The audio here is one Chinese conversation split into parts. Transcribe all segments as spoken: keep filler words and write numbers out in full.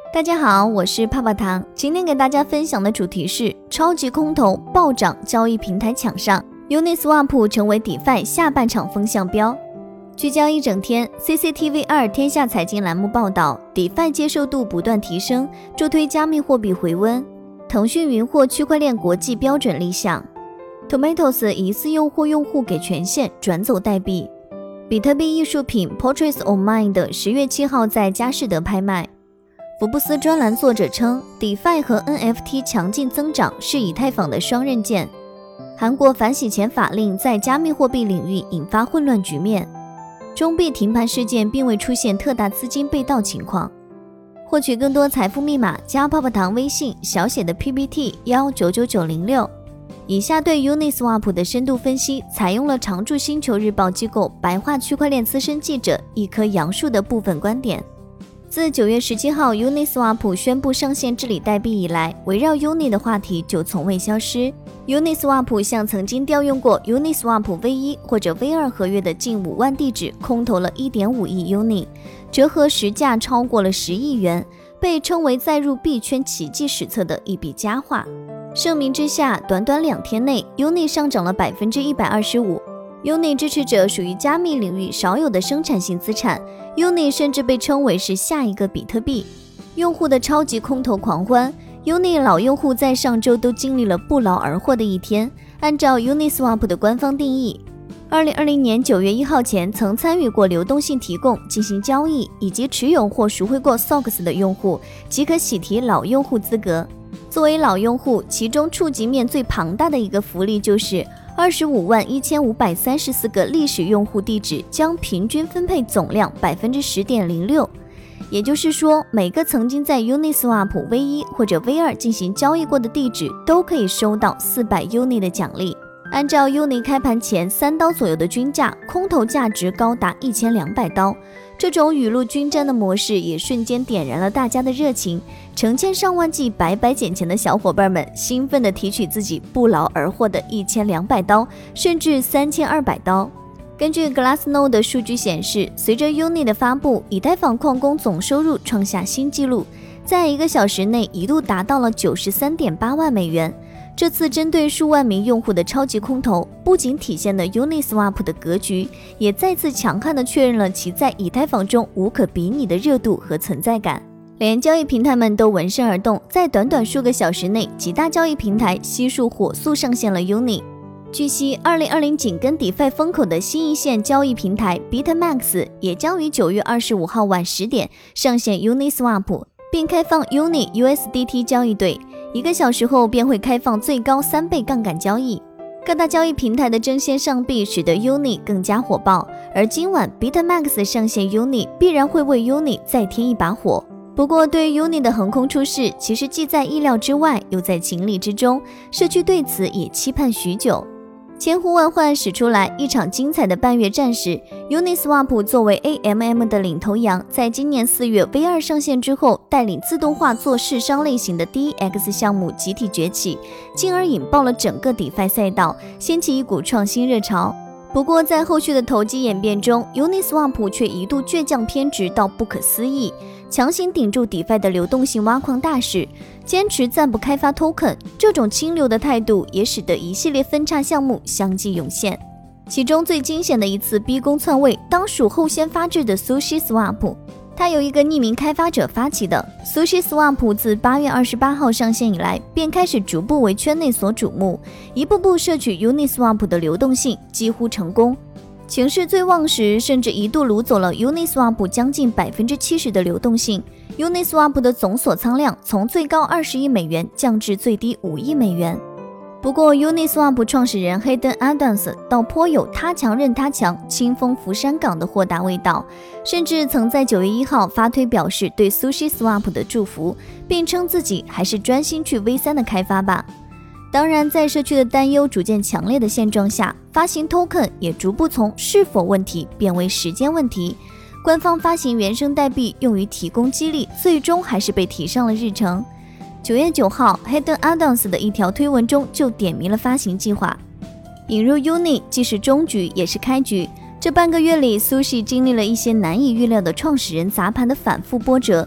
大家好，我是泡泡糖。今天给大家分享的主题是超级空头暴涨，交易平台抢上 Uniswap 成为 DeFi 下半场风向标。聚焦一整天 C C T V 二 天下财经栏目报道， DeFi 接受度不断提升，助推加密货币回温。腾讯云获区块链国际标准立项。 Tomatoes 疑似诱惑用户给权限转走代币。比特币艺术品 Portraits of Mind 十月七号在佳士得拍卖。福布斯专栏作者称 DeFi 和 N F T 强劲增长是以太坊的双刃剑。韩国反洗钱法令在加密货币领域引发混乱局面。中币停盘事件并未出现特大资金被盗情况。获取更多财富密码，加泡泡糖微信小写的 P P T 一九九九零六。以下对 Uniswap 的深度分析采用了常驻星球日报机构白话区块链资深记者一棵杨树的部分观点。自九月十七号 Uniswap 宣布上线治理代币以来，围绕 Uni 的话题就从未消失。Uniswap 向曾经调用过 Uniswap V 一 或者 V 二 合约的近五万地址空投了 一点五亿 Uni， 折合实价超过了十亿元，被称为载入币圈奇迹史册的一笔佳话。盛名之下，短短两天内 Uni 上涨了 百分之一百二十五。Uni 支持者属于加密领域少有的生产性资产， Uni 甚至被称为是下一个比特币。用户的超级空头狂欢， Uni 老用户在上周都经历了不劳而获的一天。按照 Uniswap 的官方定义，二零二零年九月一号前曾参与过流动性提供、进行交易以及持有或赎回过 S O X 的用户即可喜提老用户资格。作为老用户，其中触及面最庞大的一个福利就是二十五万一千五百三十四个历史用户地址将平均分配总量 百分之十点零六， 也就是说，每个曾经在 Uniswap V 一 或者 V 二 进行交易过的地址都可以收到四百 Uni 的奖励。按照 Uni 开盘前三刀左右的均价，空头价值高达一千两百刀。这种雨露均沾的模式也瞬间点燃了大家的热情，成千上万计白白捡钱的小伙伴们兴奋地提取自己不劳而获的一千两百刀，甚至三千二百刀。根据 Glassnode 的数据显示，随着 Uni 的发布，以太坊矿工总收入创下新纪录，在一个小时内一度达到了 九十三点八万美元。这次针对数万名用户的超级空投，不仅体现了 Uniswap 的格局，也再次强悍地确认了其在以太坊中无可比拟的热度和存在感。连交易平台们都闻声而动，在短短数个小时内，几大交易平台悉数火速上线了 Uni。据悉，二零二零紧跟 DeFi 风口的新一线交易平台 BitMax 也将于九月二十五号晚十点上线 Uniswap， 并开放 Uni U S D T 交易对。一个小时后便会开放最高三倍杠杆交易。各大交易平台的争先上币使得 Uni 更加火爆，而今晚 BitMax 上线 Uni 必然会为 Uni 再添一把火。不过对于 Uni 的横空出世，其实既在意料之外，又在情理之中，社区对此也期盼许久。千呼万唤始出来，一场精彩的半月战时， Uniswap 作为 A M M 的领头羊，在今年四月 V 二 上线之后，带领自动化做市商类型的 D E X 项目集体崛起，进而引爆了整个 DeFi 赛道，掀起一股创新热潮。不过在后续的投机演变中， Uniswap 却一度倔强偏执到不可思议，强行顶住 DeFi 的流动性挖矿大势，坚持暂不开发 token。 这种清流的态度也使得一系列分叉项目相继涌现。其中最惊险的一次逼宫篡位，当属后先发制的 SushiSwap。 它由一个匿名开发者发起的。 SushiSwap 自八月二十八号上线以来，便开始逐步为圈内所瞩目，一步步摄取 Uniswap 的流动性，几乎成功。情势最旺时，甚至一度掳走了 Uniswap 将近 百分之七十 的流动性。 Uniswap 的总锁仓量从最高二十亿美元降至最低五亿美元。不过 Uniswap 创始人 Hayden Adams 倒颇有他强任他强，清风拂山岗的豁达味道，甚至曾在九月一号发推表示对 SushiSwap 的祝福，并称自己还是专心去 V 三 的开发吧。当然，在社区的担忧逐渐强烈的现状下，发行 token 也逐步从是否问题变为时间问题。官方发行原生代币用于提供激励，最终还是被提上了日程。九月九号 Hayden Adams 的一条推文中就点明了发行计划。引入 Uni 既是终局也是开局，这半个月里 Sushi 经历了一些难以预料的创始人砸盘的反复波折，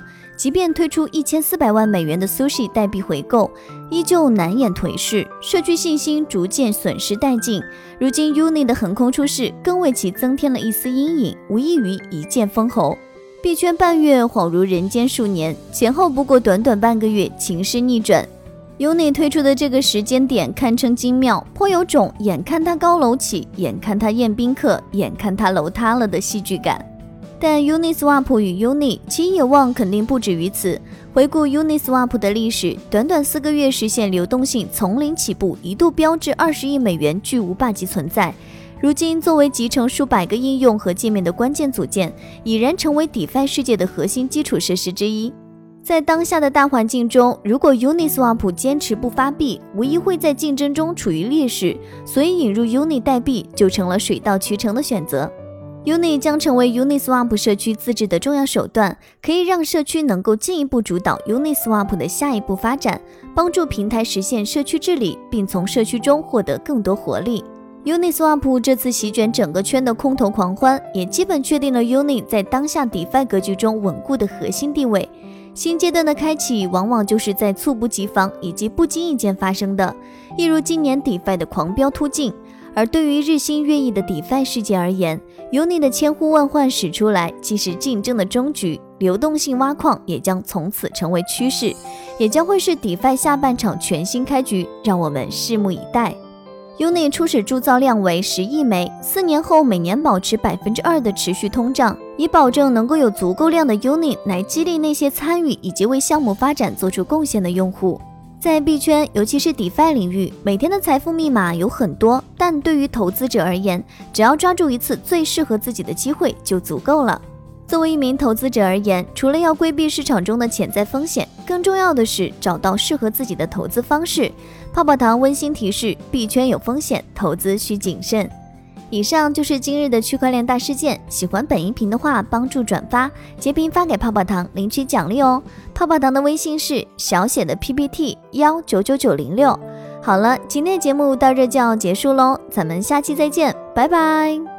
即便推出一千四百万美元的 Sushi 代币回购，依旧难掩颓势，社区信心逐渐损失殆尽。如今 Uni 的横空出世，更为其增添了一丝阴影，无异于一剑封喉。币圈半月恍如人间数年，前后不过短短半个月，情势逆转。Uni 推出的这个时间点堪称精妙，颇有种眼看它高楼起，眼看它宴宾客，眼看它楼塌了的戏剧感。但 Uniswap 与 Uni 其野望肯定不止于此。回顾 Uniswap 的历史，短短四个月实现流动性从零起步，一度飙至二十亿美元，巨无霸级存在。如今作为集成数百个应用和界面的关键组件，已然成为 DeFi 世界的核心基础设施之一。在当下的大环境中，如果 Uniswap 坚持不发币，无疑会在竞争中处于劣势，所以引入 Uni 代币就成了水到渠成的选择。Uni 将成为 Uniswap 社区自治的重要手段，可以让社区能够进一步主导 Uniswap 的下一步发展，帮助平台实现社区治理，并从社区中获得更多活力。Uniswap 这次席卷整个圈的空头狂欢，也基本确定了 Uni 在当下 DeFi 格局中稳固的核心地位。新阶段的开启往往就是在猝不及防以及不经意间发生的，一如今年 DeFi 的狂飙突进。而对于日新月异的 DeFi 世界而言， Uni 的千呼万唤始出来，既是竞争的终局，流动性挖矿也将从此成为趋势，也将会是 DeFi 下半场全新开局，让我们拭目以待。Uni 初始铸造量为十亿枚，四年后每年保持 百分之二 的持续通胀，以保证能够有足够量的 Uni 来激励那些参与以及为项目发展做出贡献的用户。在币圈，尤其是 DeFi 领域，每天的财富密码有很多，但对于投资者而言，只要抓住一次最适合自己的机会就足够了。作为一名投资者而言，除了要规避市场中的潜在风险，更重要的是找到适合自己的投资方式。泡泡糖温馨提示：币圈有风险，投资需谨慎。以上就是今日的区块链大事件，喜欢本音频的话，帮助转发截屏发给泡泡糖领取奖励哦。泡泡糖的微信是小写的 P P T 一九九九零六。好了，今天的节目到这就要结束喽，咱们下期再见，拜拜。